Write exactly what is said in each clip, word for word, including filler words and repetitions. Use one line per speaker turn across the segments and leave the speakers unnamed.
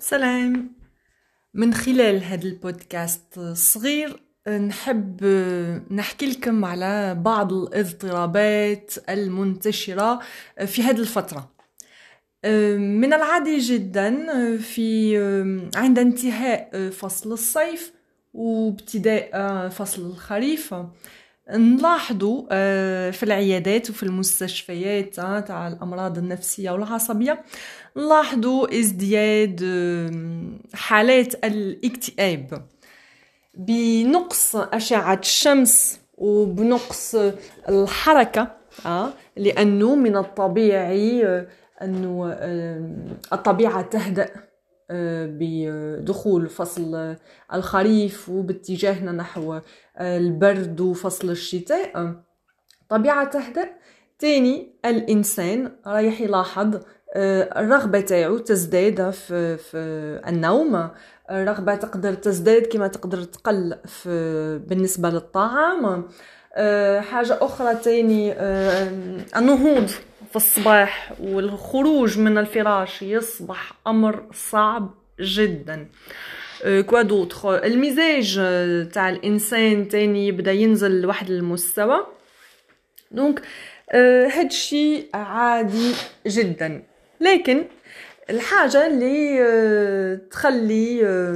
سلام. من خلال هذا البودكاست الصغير نحب نحكي لكم على بعض الاضطرابات المنتشرة في هذه الفترة. من العادي جدا في عند انتهاء فصل الصيف وابتداء فصل الخريف نلاحظوا في العيادات وفي المستشفيات تاع الأمراض النفسية والعصبية نلاحظوا ازدياد حالات الاكتئاب بنقص أشعة الشمس وبنقص الحركة، لأنه من الطبيعي أنه الطبيعة تهدأ بدخول فصل الخريف وباتجاهنا نحو البرد وفصل الشتاء. طبيعة تهدأ. تاني الإنسان رايح يلاحظ الرغبة تاعو تزداد في, في النوم، الرغبة تقدر تزداد كما تقدر تقل في بالنسبة للطعام. حاجة أخرى تاني النهوض في الصباح والخروج من الفراش يصبح أمر صعب جدا. كوا دوطخ المزاج تاع الإنسان تاني يبدأ ينزل لواحد المستوى. دونك هادشي عادي جدا، لكن الحاجة اللي تخلي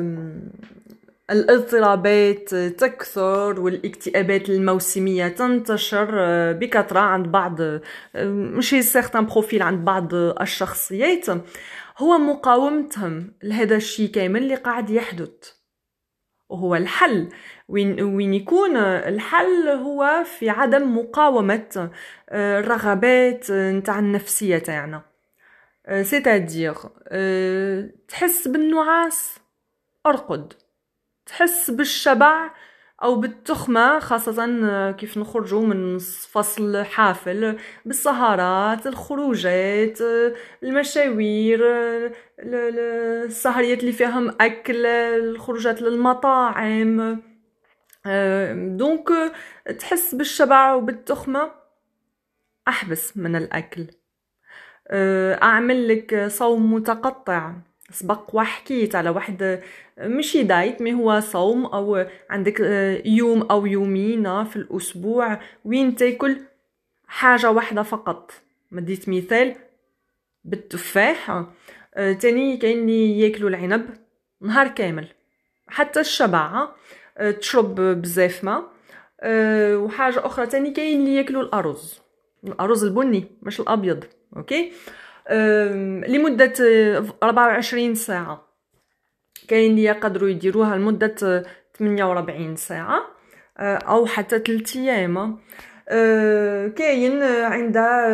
الاضطرابات تكثر والاكتئابات الموسمية تنتشر بكثرة عند بعض مشي سيغتان بروفيل عند بعض الشخصيات هو مقاومتهم لهذا الشيء كامل اللي قاعد يحدث. وهو الحل وين وين يكون الحل هو في عدم مقاومة الرغبات نتاع النفسية تاعنا. سيتادير تحس بالنعاس ارقد، تحس بالشبع او بالتخمة خاصة كيف نخرجوا من فصل حافل بالسهرات الخروجات المشاوير السهريات اللي فيهم اكل الخروجات للمطاعم. دونك تحس بالشبع وبالتخمة، احبس من الاكل، اعمل لك صوم متقطع. سبق وحكيت على واحد مشي دايت مي هو صوم او عندك يوم او يومين في الاسبوع وين تاكل حاجة واحدة فقط. مديت مثال بالتفاح. تاني كاين اللي ياكلوا العنب نهار كامل حتى الشبع، تشرب بزاف ما. وحاجة اخرى تاني كاين اللي ياكلوا الارز الارز البني مش الابيض، اوكي، لمدة أربعة وعشرين ساعة. كاين اللي يقدروا يديروها لمدة ثمانية وأربعين ساعة أو حتى ثلاثة أيام. كاين عند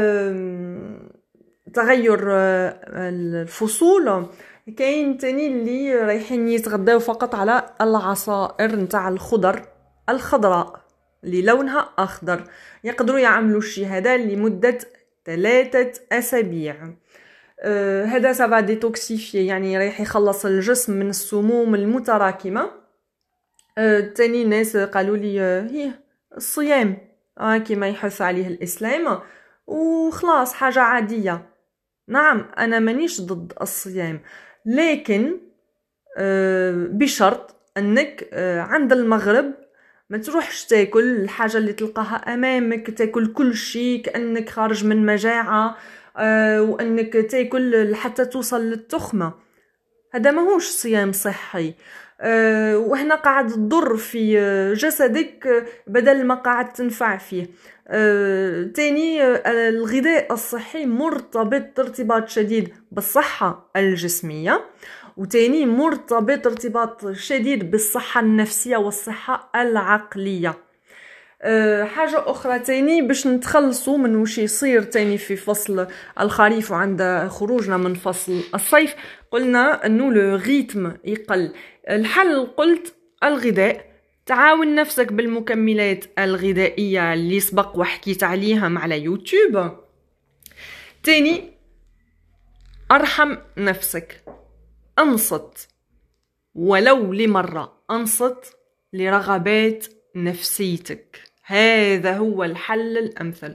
تغير الفصول كاين تاني اللي رايحين يتغداو فقط على العصائر نتاع الخضر الخضراء اللي لونها أخضر. يقدروا يعملوا الشيء هذا لمدة ثلاثة أسابيع. آه هذا سافا ديتوكسيفي، يعني رايح يخلص الجسم من السموم المتراكمة. آه تاني ناس قالوا لي آه هي الصيام آه كما يحث عليه الإسلام وخلاص حاجة عادية. نعم أنا مانيش ضد الصيام، لكن آه بشرط أنك آه عند المغرب ما تروحش تاكل الحاجة اللي تلقاها أمامك، تاكل كل شيء كأنك خارج من مجاعة، أه وأنك تاكل حتى توصل للتخمة. هذا ما هوش صيام صحي. أه وهنا قاعد تضر في جسدك بدل ما قاعد تنفع فيه. أه تاني الغذاء الصحي مرتبط ارتباط شديد بالصحة الجسمية، وتاني مرتبط ارتباط شديد بالصحة النفسية والصحة العقلية. أه حاجة أخرى تاني باش نتخلصوا من وش يصير تاني في فصل الخريف وعند خروجنا من فصل الصيف، قلنا أنه الريتم يقل. الحل قلت الغذاء. تعاون نفسك بالمكملات الغذائية اللي سبق وحكيت عليها على يوتيوب. تاني أرحم نفسك، أنصت ولو لمرة، أنصت لرغبات نفسيتك. هذا هو الحل الأمثل.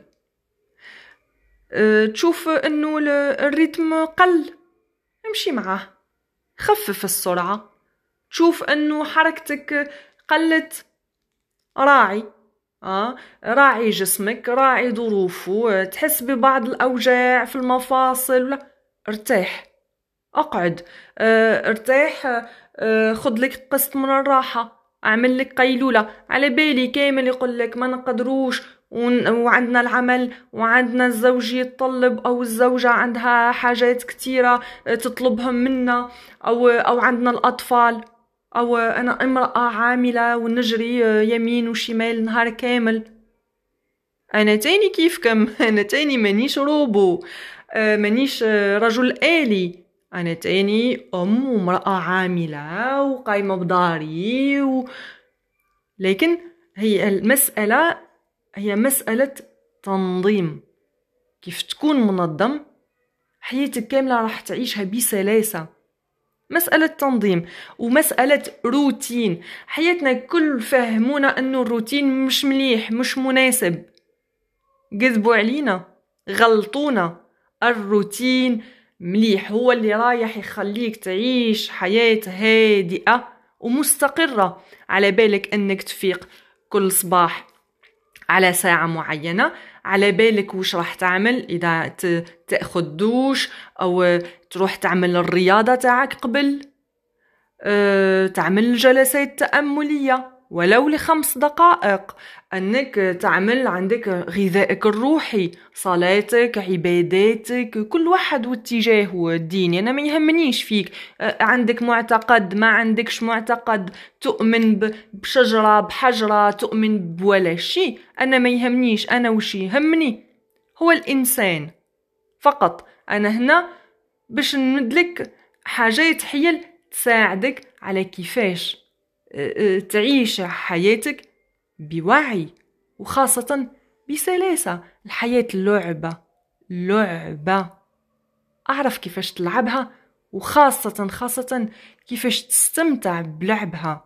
أه تشوف أنه الريتم قل، امشي معه، خفف السرعة. تشوف أنه حركتك قلت، راعي آه راعي جسمك، راعي ظروفه. تحس ببعض الأوجاع في المفاصل ولا، ارتاح، اقعد، اه ارتاح، اه خذ لك قسط من الراحة، اعمل لك قيلولة. على بالي كامل يقول لك ما نقدروش وعندنا العمل وعندنا الزوج يتطلب او الزوجة عندها حاجات كتيرة تطلبهم منا، او او عندنا الاطفال، او انا امرأة عاملة ونجري يمين وشمال نهار كامل. انا تاني كيفكم انا تاني مانيش روبو، مانيش رجل آلي، انا تاني ام ومرأة عاملة وقايمة بداري و... لكن هي المسألة هي مسألة تنظيم. كيف تكون منظم حياتك كاملة راح تعيشها بسلاسة. مسألة تنظيم ومسألة روتين. حياتنا كل فهمونا انه الروتين مش مليح، مش مناسب، كذبوا علينا، غلطونا. الروتين مليح، هو اللي رايح يخليك تعيش حياة هادئة ومستقرة. على بالك انك تفيق كل صباح على ساعة معينة، على بالك وش راح تعمل إذا تأخذ دوش أو تروح تعمل الرياضة تاعك قبل، أه، تعمل جلسات تأملية ولو لخمس دقائق، أنك تعمل عندك غذائك الروحي، صلاتك، عباداتك، كل واحد واتجاهه الديني. أنا ما يهمنيش فيك أه، عندك معتقد ما عندكش معتقد، تؤمن بشجرة بحجرة، تؤمن بولا شيء، أنا ما يهمنيش. أنا وش يهمني هو الإنسان فقط. أنا هنا باش نمدلك حاجات حيل تساعدك على كيفاش تعيش حياتك بوعي وخاصة بسلاسة. الحياة لعبة، لعبة أعرف كيفاش تلعبها، وخاصة خاصة كيفاش تستمتع بلعبها.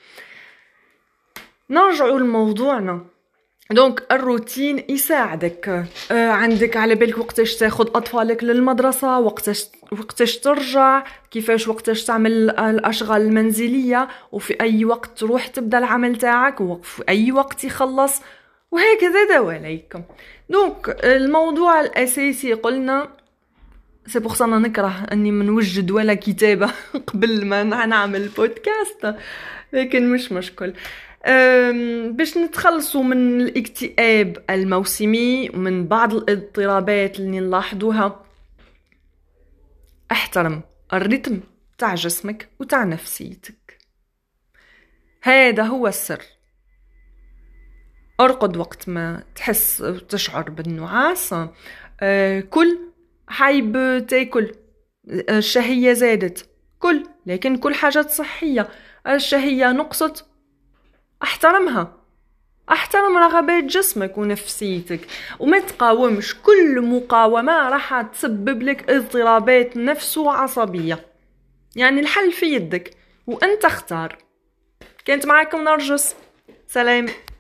نرجعوا لموضوعنا. دونك الروتين يساعدك. آه عندك على بالك وقتاش تاخد أطفالك للمدرسة، وقتاش وقتاش ترجع، كيفاش وقتاش تعمل الأشغال المنزلية، وفي أي وقت تروح تبدأ العمل تاعك، وفي أي وقت يخلص، وهكذا دواليكم. دونك الموضوع الأساسي قلنا سي بوغ سا نكره اني منوجد ولا كتابة قبل ما نعمل بودكاست، لكن مش مشكل. باش نتخلصوا من الاكتئاب الموسمي ومن بعض الاضطرابات اللي نلاحظوها، احترم الرتم تاع جسمك وتاع نفسيتك. هذا هو السر. ارقد وقت ما تحس وتشعر بالنعاس. أه كل حايب تاكل، الشهية زادت، كل، لكن كل حاجات صحية. الشهية نقصت، احترمها، احترم رغبات جسمك ونفسيتك، وما تقاومش. كل مقاومة راح تسبب لك اضطرابات نفس وعصبية. يعني الحل في يدك وانت اختار. كانت معاكم نرجس، سلام.